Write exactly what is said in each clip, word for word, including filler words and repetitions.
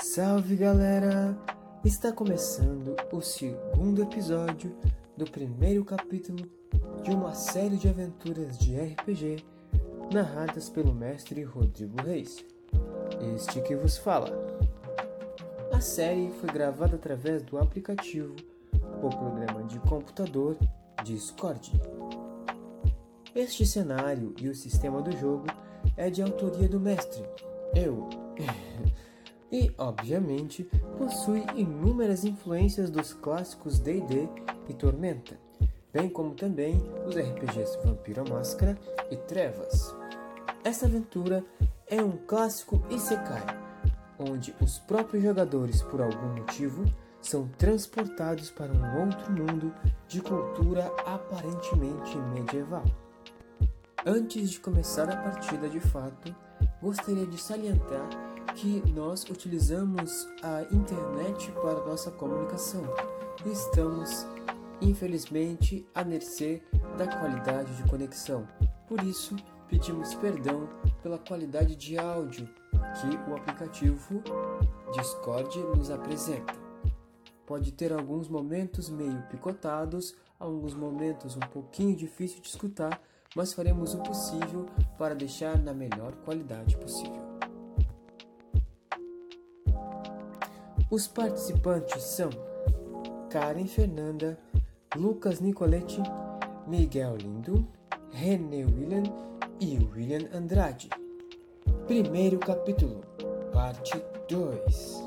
Salve galera! Está começando o segundo episódio do primeiro capítulo de uma série de aventuras de R P G narradas pelo mestre Rodrigo Reis, este que vos fala. A série foi gravada através do aplicativo ou programa de computador Discord. Este cenário e o sistema do jogo é de autoria do mestre, eu, e, obviamente, possui inúmeras influências dos clássicos D e D e Tormenta, bem como também os R P Gs Vampiro à Máscara e Trevas. Esta aventura é um clássico Isekai, onde os próprios jogadores, por algum motivo, são transportados para um outro mundo de cultura aparentemente medieval. Antes de começar a partida de fato, gostaria de salientar que nós utilizamos a internet para nossa comunicação e estamos, infelizmente, à mercê da qualidade de conexão. Por isso, pedimos perdão pela qualidade de áudio que o aplicativo Discord nos apresenta. Pode ter alguns momentos meio picotados, alguns momentos um pouquinho difícil de escutar, mas faremos o possível para deixar na melhor qualidade possível. Os participantes são Karen Fernanda, Lucas Nicoletti, Miguel Lindo, René William e William Andrade. Primeiro capítulo, parte dois.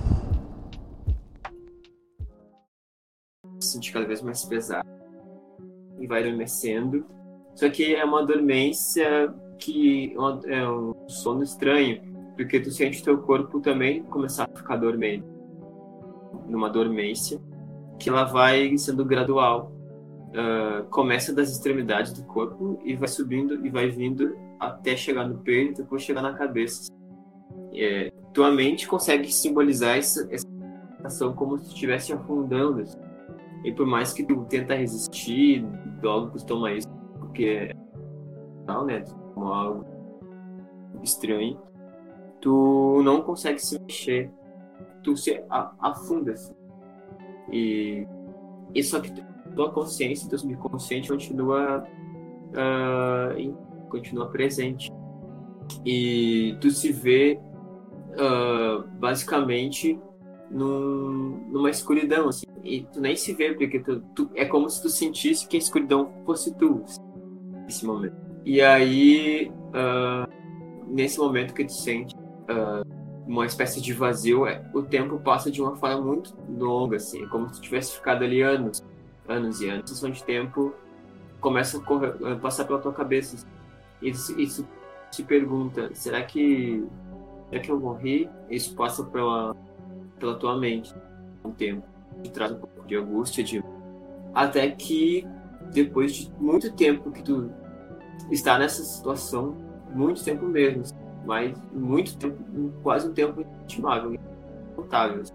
Sente cada vez mais pesado e vai adormecendo. Só que é uma dormência que é um sono estranho, porque tu sente teu corpo também começar a ficar dormente, numa dormência que ela vai sendo gradual. Uh, começa das extremidades do corpo e vai subindo e vai vindo até chegar no peito e depois chegar na cabeça. É, tua mente consegue simbolizar essa, essa sensação como se estivesse afundando. Assim. E por mais que tu tenta resistir, logo costuma isso, porque não, né, como algo estranho, tu não consegue se mexer, tu se afunda assim. E, e só que tua consciência, teu subconsciente continua uh, em, continua presente e tu se vê uh, basicamente num, numa escuridão assim, e tu nem se vê porque tu, tu, é como se tu sentisse que a escuridão fosse tu assim, nesse momento. E aí uh, nesse momento que tu sente uh, uma espécie de vazio, é, o tempo passa de uma forma muito longa assim, é como se tu tivesse ficado ali anos anos e anos. A sensação de tempo começa a, correr, a passar pela tua cabeça assim. Isso, isso se pergunta, será que será que eu morri? Isso passa pela pela tua mente um tempo, te traz um pouco de angústia, de... até que depois de muito tempo que tu está nessa situação, muito tempo mesmo, mas muito tempo, quase um tempo inestimável, incontável.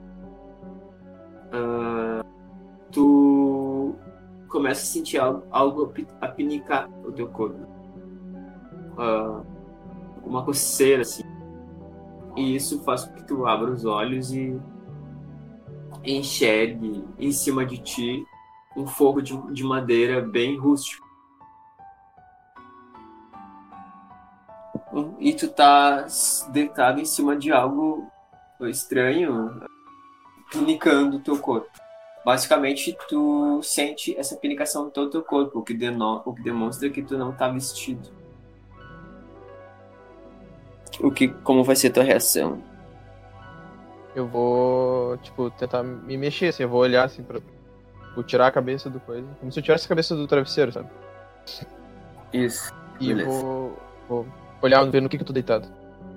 Uh, tu começa a sentir algo, algo a pinicar o teu corpo, uh, uma coceira assim, e isso faz com que tu abra os olhos e enxergue em cima de ti um forro de, de madeira bem rústico. E tu tá deitado em cima de algo estranho, pinicando o teu corpo. Basicamente, tu sente essa pinicação em todo o teu corpo, o que, deno- o que demonstra que tu não tá vestido. O que, como vai ser tua reação? Eu vou, tipo, tentar me mexer, assim, eu vou olhar, assim, pra vou tirar a cabeça do coisa, como se eu tirasse a cabeça do travesseiro, sabe? Isso, E beleza. vou, vou olhar, ver no que que eu tô deitado.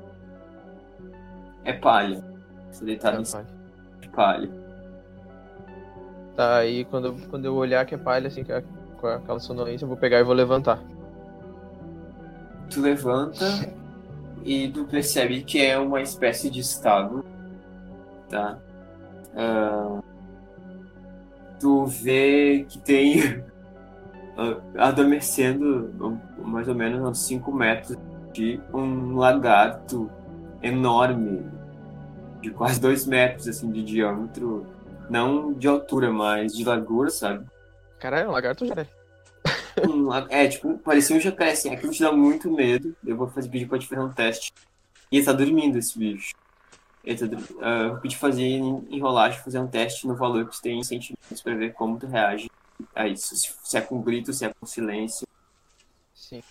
É palha. Você deitado É em cima palha. de palha. Tá, aí quando, eu- quando eu olhar que é palha, assim, que é, com aquela sonolência, eu vou pegar e vou levantar. Tu levanta e tu percebe que é uma espécie de estábulo, tá? Uh, tu vê que tem uh, adormecendo um, mais ou menos uns cinco metros de um lagarto enorme, de quase dois metros, assim, de diâmetro. Não de altura, mas de largura, sabe? Caralho, um lagarto já é. Um la- é, tipo, parecia um jacaré, assim. Aquilo te dá muito medo. Eu vou fazer pedir pra te fazer um teste. E ele tá dormindo, esse bicho. Ele tá dormindo. Ah, eu vou pedir fazer em em rolagem, fazer um teste no valor que tu tem em sentimentos pra ver como tu reage a isso. Se se é com grito, se é com silêncio. Sim.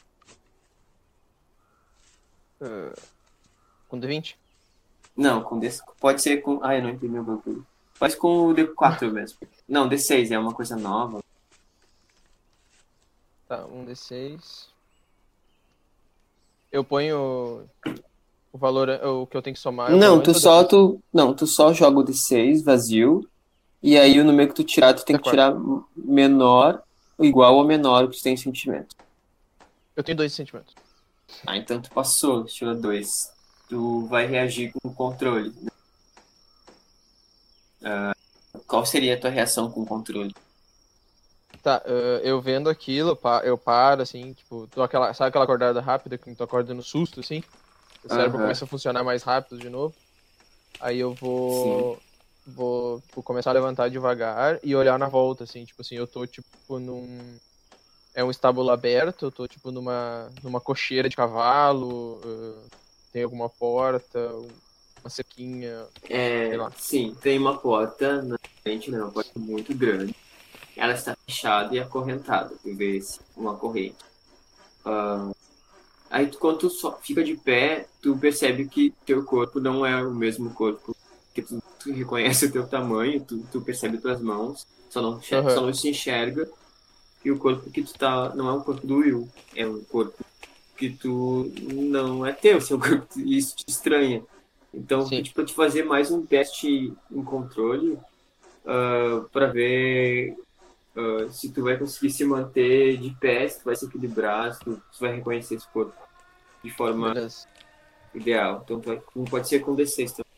Uh, com D vinte? Não, com D... pode ser com... Ah, eu não entendi o bagulho. Pode com o D quatro mesmo. Não, D seis é uma coisa nova. Tá, um D seis. Eu ponho o valor, o que eu tenho que somar. é o Não, valor tu antes ou só, depois? tu... Não, tu só joga o D seis vazio. E aí o número que tu tirar, tu tem De que acordo. tirar menor, igual ou menor que tu tem em sentimento. Eu tenho dois sentimentos. Ah, então tu passou, tirou dois. Tu vai reagir com o controle. Ah, qual seria a tua reação com o controle? Tá, uh, eu vendo aquilo, eu pa- eu paro, assim, tipo, dou aquela, sabe aquela acordada rápida que tu acorda no susto, assim? O cérebro Aham. começa a funcionar mais rápido de novo. Aí eu vou, vou tipo, começar a levantar devagar e olhar na volta, assim, tipo assim, eu tô, tipo, num... É um estábulo aberto, eu tô, tipo, numa, numa cocheira de cavalo, uh, tem alguma porta, uma cerquinha, É, sei lá. sim, tem uma porta na frente, né? Uma porta muito grande. Ela está fechada e acorrentada, tu vê esse- uma corrente. Ah, aí tu, quando tu só fica de pé, tu percebe que teu corpo não é o mesmo corpo, que tu, tu reconhece o teu tamanho, tu, tu percebe tuas mãos, só não, enxer- Aham. só não se enxerga, e o corpo que tu tá não é o corpo do Will, é um corpo que tu não é teu, seu corpo, e isso te estranha. Então, eu Sim. pedi pra te fazer mais um teste em controle, ah, pra ver ah, se tu vai conseguir se manter de pé, se tu vai se equilibrar, se tu, se tu vai reconhecer esse corpo de forma Beleza. ideal. Então, tu vai- não pode ser com D seis. Então,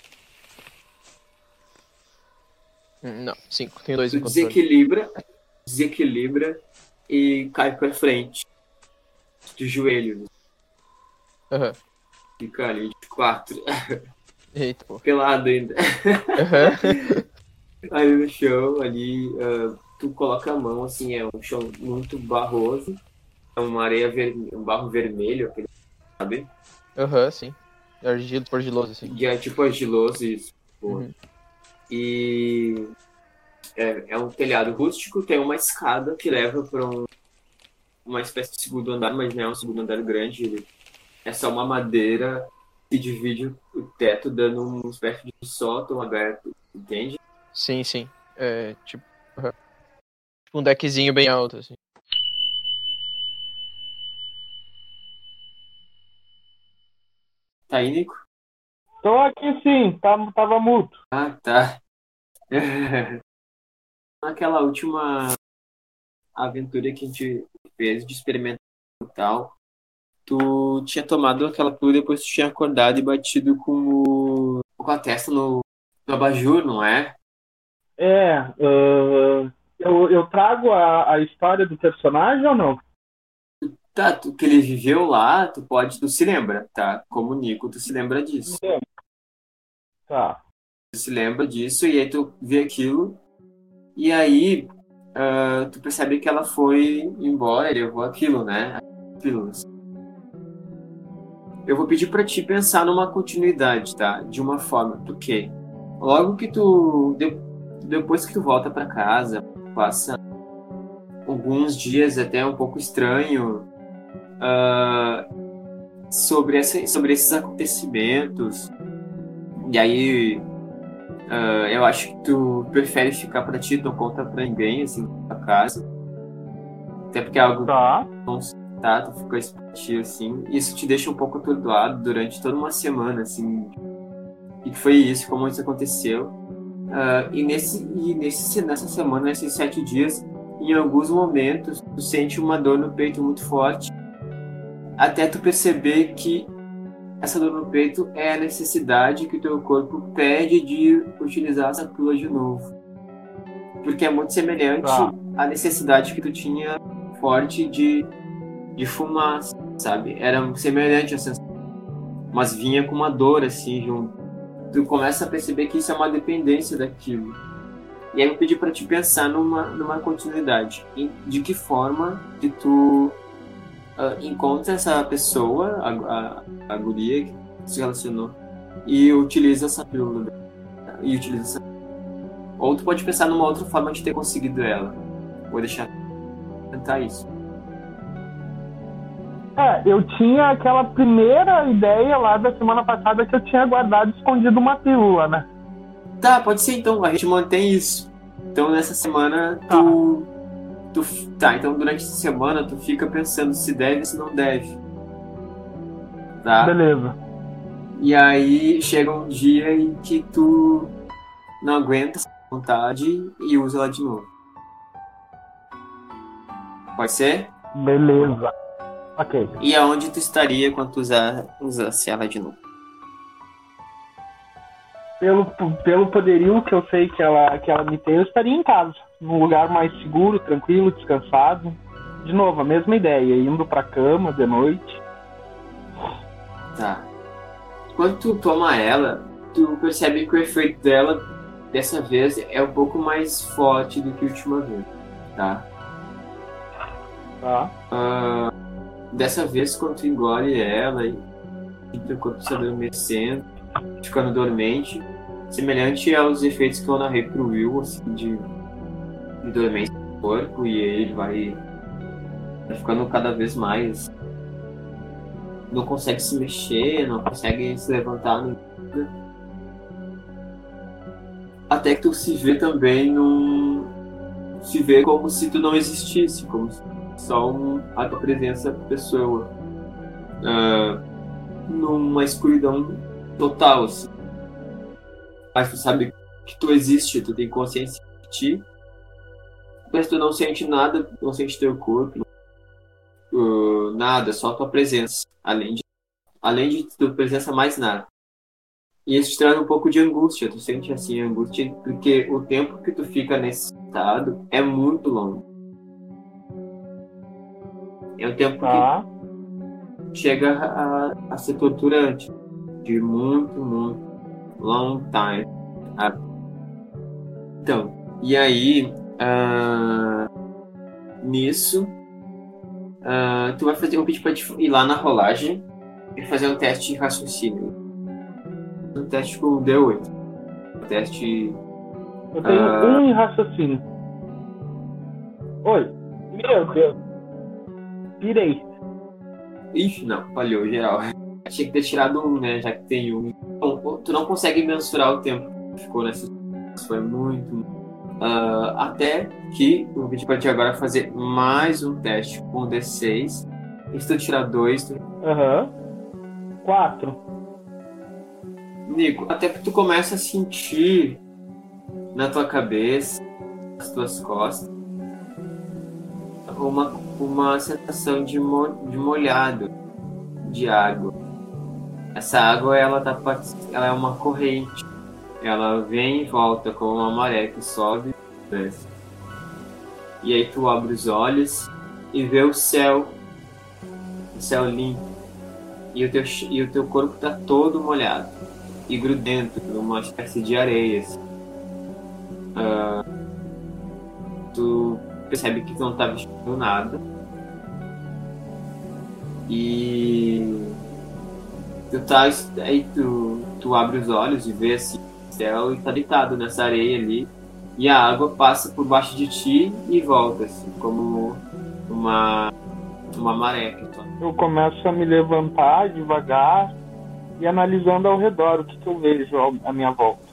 Hum, Não, cinco. Tenho dois tu em controle. desequilibra, desequilibra e cai pra frente, de joelho. Aham. Fica ali de quatro, Eita, pô. pelado ainda. Aham. Ali no chão, ali, ah, tu coloca a mão, assim, é um chão muito barroso, é uma areia vermelha, um barro vermelho, aquele, sabe? Aham, sim. Argilo, argiloso, assim. E é tipo argiloso isso. Pô. Uhum. E é, é um telhado rústico, tem uma escada que leva para um, uma espécie de segundo andar, mas não é um segundo andar grande, ele é só uma madeira que divide o teto, dando uma espécie de sótão aberto, entende? Sim, sim. É, tipo, aham. Tipo um deckzinho bem alto, assim. Tá aí, Nico? Tô aqui sim, tava, tava mudo. Ah, tá. Naquela última aventura que a gente fez de experimentar e tal, tu tinha tomado aquela pílula e depois tu tinha acordado e batido com, o, com a testa no, no abajur, não é? É, ah, eu, eu trago a, a história do personagem ou não? Tá, tu, que ele viveu lá, tu pode, tu se lembra, tá? Como Nico, tu se lembra disso. Não. Tá. Tu se lembra disso e aí tu vê aquilo e aí ah, tu percebe que ela foi embora e levou aquilo, né? As pílulas. Eu vou pedir pra ti pensar numa continuidade, tá? De uma forma, porque logo que tu de- depois que tu volta pra casa, passa alguns dias até um pouco estranho ah, sobre essa, sobre esses acontecimentos. E aí ah, eu acho que tu prefere ficar pra ti, não conta pra ninguém assim pra casa. Até porque é algo Tá. tá, tu fica isso pra ti, assim. Isso te deixa um pouco atordoado durante toda uma semana, assim. E que foi isso, como isso aconteceu. Ah, e nesse, e nesse, nessa semana, nesses sete dias, em alguns momentos, tu sente uma dor no peito muito forte, até tu perceber que essa dor no peito é a necessidade que o teu corpo pede de utilizar essa pílula de novo. Porque é muito semelhante Tá. à necessidade que tu tinha forte de, de fumar, sabe? Era semelhante a sensação, mas vinha com uma dor assim junto. tu começa a perceber que isso é uma dependência daquilo. E aí eu pedi para te pensar numa, numa continuidade. E de que forma que tu uh, encontra essa pessoa, a, a, a guria que se relacionou, e utiliza essa pílula. E utiliza essa... Ou tu pode pensar numa outra forma de ter conseguido ela. Vou deixar tentar isso. É, eu tinha aquela primeira ideia lá da semana passada que eu tinha guardado escondido uma pílula, né? Tá, pode ser então, a gente mantém isso. Então nessa semana tu, tu. Tá, então durante essa semana tu fica pensando se deve ou se não deve. Tá? Beleza. E aí chega um dia em que tu não aguenta essa vontade e usa ela de novo. Pode ser? Beleza. Ok. E aonde tu estaria quando tu usar, usasse ela de novo? Pelo, pelo poderio que eu sei que ela, que ela me tem, eu estaria em casa. Num lugar mais seguro, tranquilo, descansado. De novo, a mesma ideia. Indo pra cama de noite. Tá. Quando tu toma ela, tu percebe que o efeito dela, dessa vez, é um pouco mais forte do que a última vez. Tá? Tá. Uh, dessa vez, quando tu engole ela e teu corpo está adormecendo, ficando dormente, semelhante aos efeitos que eu narrei pro Will, assim, de, de dormência do corpo, e ele vai, vai ficando cada vez mais. Não consegue se mexer, não consegue se levantar. Nem... Até que tu se vê também num. Se vê como se tu não existisse, como se só um, a tua presença pessoa. Uh, numa escuridão total, assim. Mas tu sabe que tu existe, tu tem consciência de ti, mas tu não sente nada, não sente teu corpo, uh, nada, só tua presença, além de, além de tua presença, mais nada. E isso te traz um pouco de angústia, tu sente assim, angústia, porque o tempo que tu fica nesse estado é muito longo. É um tempo Tá. que chega a, a ser torturante, de muito, muito long time. Ah. Então, e aí, uh, nisso, uh, tu vai fazer um pedido pra te ir lá na rolagem e fazer um teste de raciocínio. Um teste com D oito. Um teste. Eu tenho uh... um em raciocínio. Oi. Meu Deus. Pirei. Ixi, não, falhou geral. Tinha que ter tirado um, né? Já que tem um. Bom, tu não consegue mensurar o tempo que ficou nessa. Foi muito. Uh, até que eu vou pedir pra ti agora fazer mais um teste com D seis. E se tu tirar dois, tu... Aham. Quatro. Nico, até que tu começa a sentir na tua cabeça, nas tuas costas, uma, uma sensação de, mo, de molhado de água. Essa água, ela, tá, ela é uma corrente. Ela vem e volta como uma maré que sobe e desce. E aí tu abre os olhos e vê o céu, o céu limpo. E o teu, e o teu corpo tá todo molhado e grudento numa espécie de areia. Assim. Uh, tu percebe que tu não tá vestindo nada. E tu tá, aí tu, tu abre os olhos e vê assim o céu e tá deitado nessa areia ali. E a água passa por baixo de ti e volta, assim, como uma, uma maré. Eu começo a me levantar devagar e analisando ao redor o que, que eu vejo à minha volta.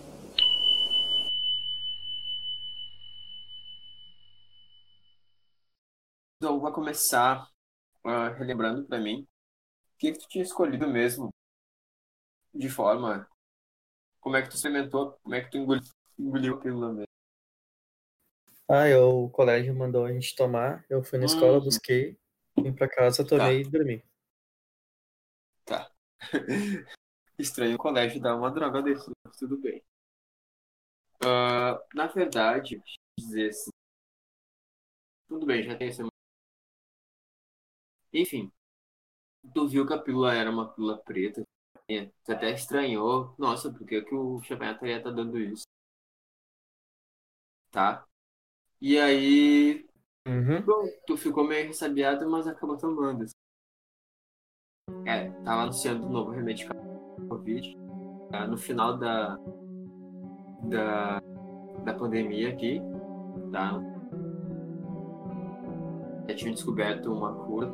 Então, vai começar uh, relembrando pra mim o que, que tu tinha escolhido mesmo, de forma... Como é que tu experimentou, como é que tu engoliu, engoliu aquilo lá mesmo. Ah, eu, o colégio mandou a gente tomar, eu fui na escola, Uhum. busquei, vim pra casa, tomei Tá. e dormi. Tá. Estranho o colégio dar uma droga desse, mas tudo bem. Uh, na verdade, deixa eu dizer assim. Tudo bem, já tem essa. Enfim, tu viu que a pílula era uma pílula preta, Tu até estranhou. Nossa, por que, que o Xavier estaria tá dando isso? Tá? E aí, Uhum. bom, tu ficou meio ressabiado, mas acabou tomando. É, tava anunciando um novo remédio para Covid. Tá? No final da, da, da pandemia aqui, tá? Já tinham descoberto uma cura.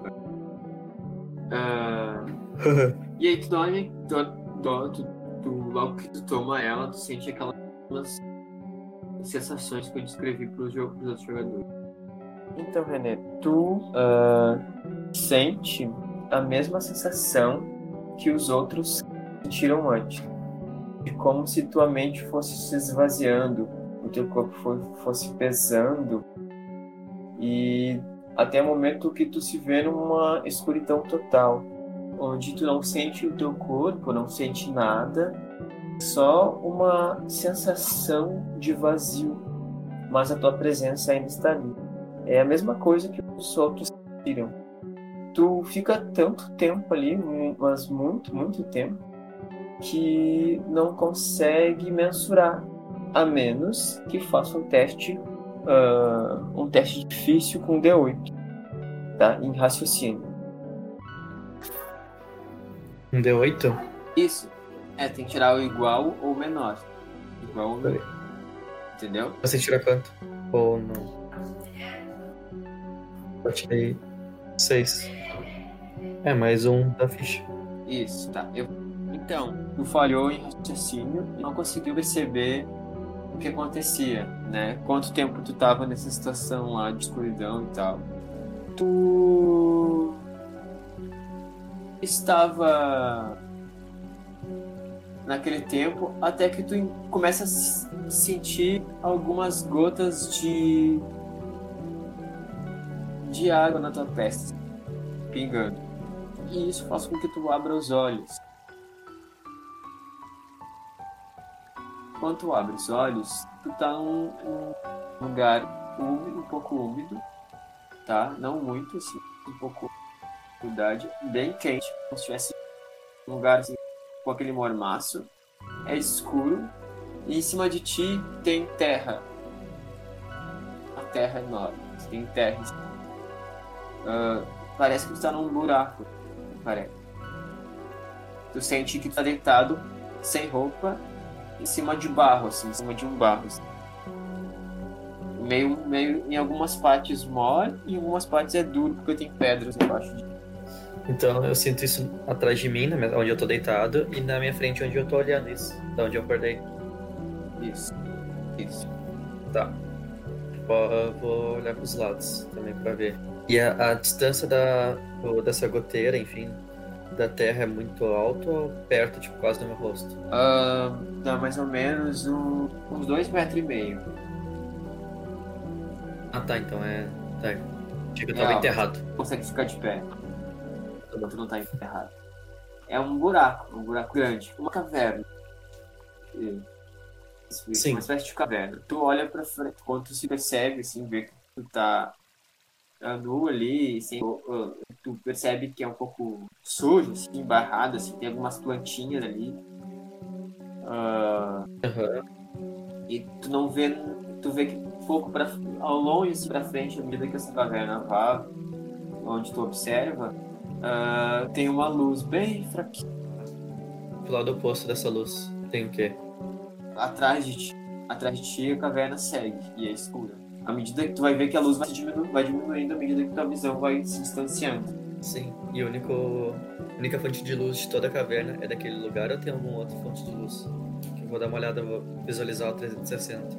Ah, e aí tu dorme, tu, tu, tu, tu, logo que tu toma ela, tu sente aquelas sensações que eu descrevi para os outros jogadores. Então, René, tu uh, sente a mesma sensação que os outros sentiram antes. É como se tua mente fosse se esvaziando, o teu corpo foi, fosse pesando e até o momento que tu se vê numa escuridão total, onde tu não sente o teu corpo, não sente nada, só uma sensação de vazio, mas a tua presença ainda está ali. É a mesma coisa que os outros sentiram. Tu fica tanto tempo ali, mas muito, muito tempo, que não consegue mensurar, a menos que faça um teste, uh, um teste difícil com D oito, tá? Em raciocínio. Um D oito? Isso. É, tem que tirar o igual ou menor. Igual ou menor. Entendeu? Você tira quanto? Ou não? Eu tirei seis. É, mais um da ficha. Isso, tá. Eu... Então, tu falhou em raciocínio e não conseguiu perceber o que acontecia, né? Quanto tempo tu tava nessa situação lá de escuridão e tal. Tu estava naquele tempo até que tu começa a sentir algumas gotas de de água na tua testa, pingando. E isso faz com que tu abra os olhos. Quando tu abre os olhos, tu tá num, num lugar úmido, um pouco úmido, tá? Não muito, assim, um pouco de umidade, bem quente, como se estivesse num lugar assim, com aquele mormaço. É escuro e em cima de ti tem terra. A terra enorme, tem terra. Uh, parece que tu tá num buraco, parece. Tu sente que tu tá deitado, sem roupa, em cima de barro, assim, em cima de um barro. Assim. Meio, meio, em algumas partes mole e em algumas partes é duro, porque tem pedras embaixo de... Então eu sinto isso atrás de mim, onde eu tô deitado, e na minha frente onde eu tô olhando isso, da onde eu acordei. Isso, isso. Tá. Eu vou olhar pros lados também pra ver. E a, a distância da, dessa goteira, enfim, da terra é muito alto ou perto, tipo, quase do meu rosto? Uh, dá mais ou menos um, uns dois metros e meio. Ah, tá, então é... Tá. Achei que eu tava Não, enterrado. Consegue ficar de pé. Tu não tá enterrado. É um buraco, um buraco grande, uma caverna. Sim. Uma espécie de caverna. Tu olha pra frente, quando tu se percebe, assim, vê que tu tá nu ali, assim, tu percebe que é um pouco sujo, assim, embarrado, assim, tem algumas plantinhas ali. Uh, uhum. E tu não vê, tu vê que um pouco pra, ao longe, assim, pra frente, à medida que essa caverna vai, onde tu observa, uh, tem uma luz bem fraquinha. Do lado oposto dessa luz tem o quê? Atrás de ti, atrás de ti a caverna segue e é escura. À medida que tu vai ver que a luz vai, diminu- vai diminuindo, à medida que tua visão vai se distanciando. Sim, e a única fonte de luz de toda a caverna é daquele lugar ou tem alguma outra fonte de luz? Que eu vou dar uma olhada, vou visualizar o trezentos e sessenta.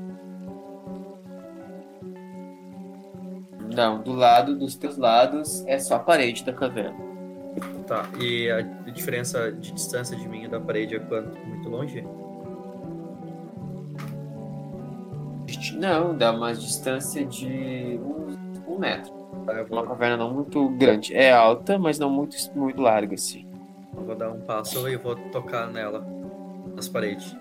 Não, do lado, dos teus lados, é só a parede da caverna. Tá, e a diferença de distância de mim e da parede é quanto? Muito longe? Não, dá uma distância de um, um metro. Tá, eu vou... Uma caverna não muito grande. É alta, mas não muito, muito larga, assim. Eu vou dar um passo e vou tocar nela, nas paredes.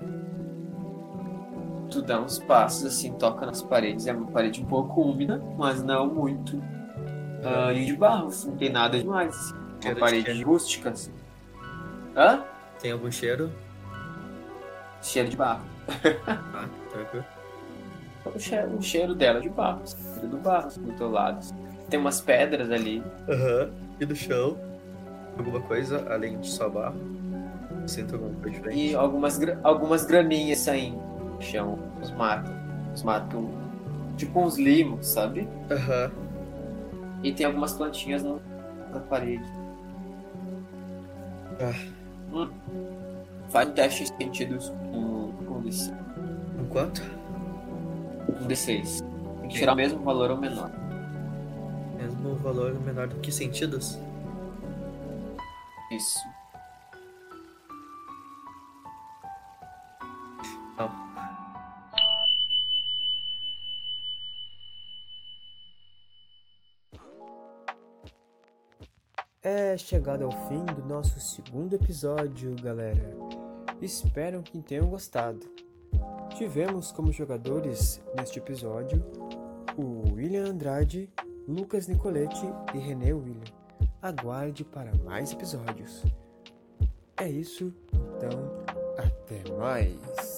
Tu dá uns passos, assim, toca nas paredes. É uma parede um pouco úmida, mas não muito. Uh, e de barro, assim, não tem nada demais. Assim. É uma parede de rústica, assim. Hã? Tem algum cheiro? Cheiro de barro. Ah, tranquilo. O cheiro, o cheiro dela é de barro. O cheiro do barro do teu lado. Tem umas pedras ali. Aham. E do chão? Alguma coisa além de só barro? Sinto alguma coisa diferente? E algumas, gra- algumas graminhas saindo no chão. Os matos. Os matos. Tipo uns limos, sabe? Aham. E tem algumas plantinhas no- na parede. Ah. Hum. Faz um teste de sentidos com com D seis. Enquanto? Um D seis. Tem que tirar o mesmo valor ou menor. Mesmo valor menor do que sentidos? Isso. Não. É chegado ao fim do nosso segundo episódio, galera. Espero que tenham gostado. Tivemos como jogadores neste episódio o William Andrade, Lucas Nicoletti e René William. Aguarde para mais episódios. É isso, então até mais.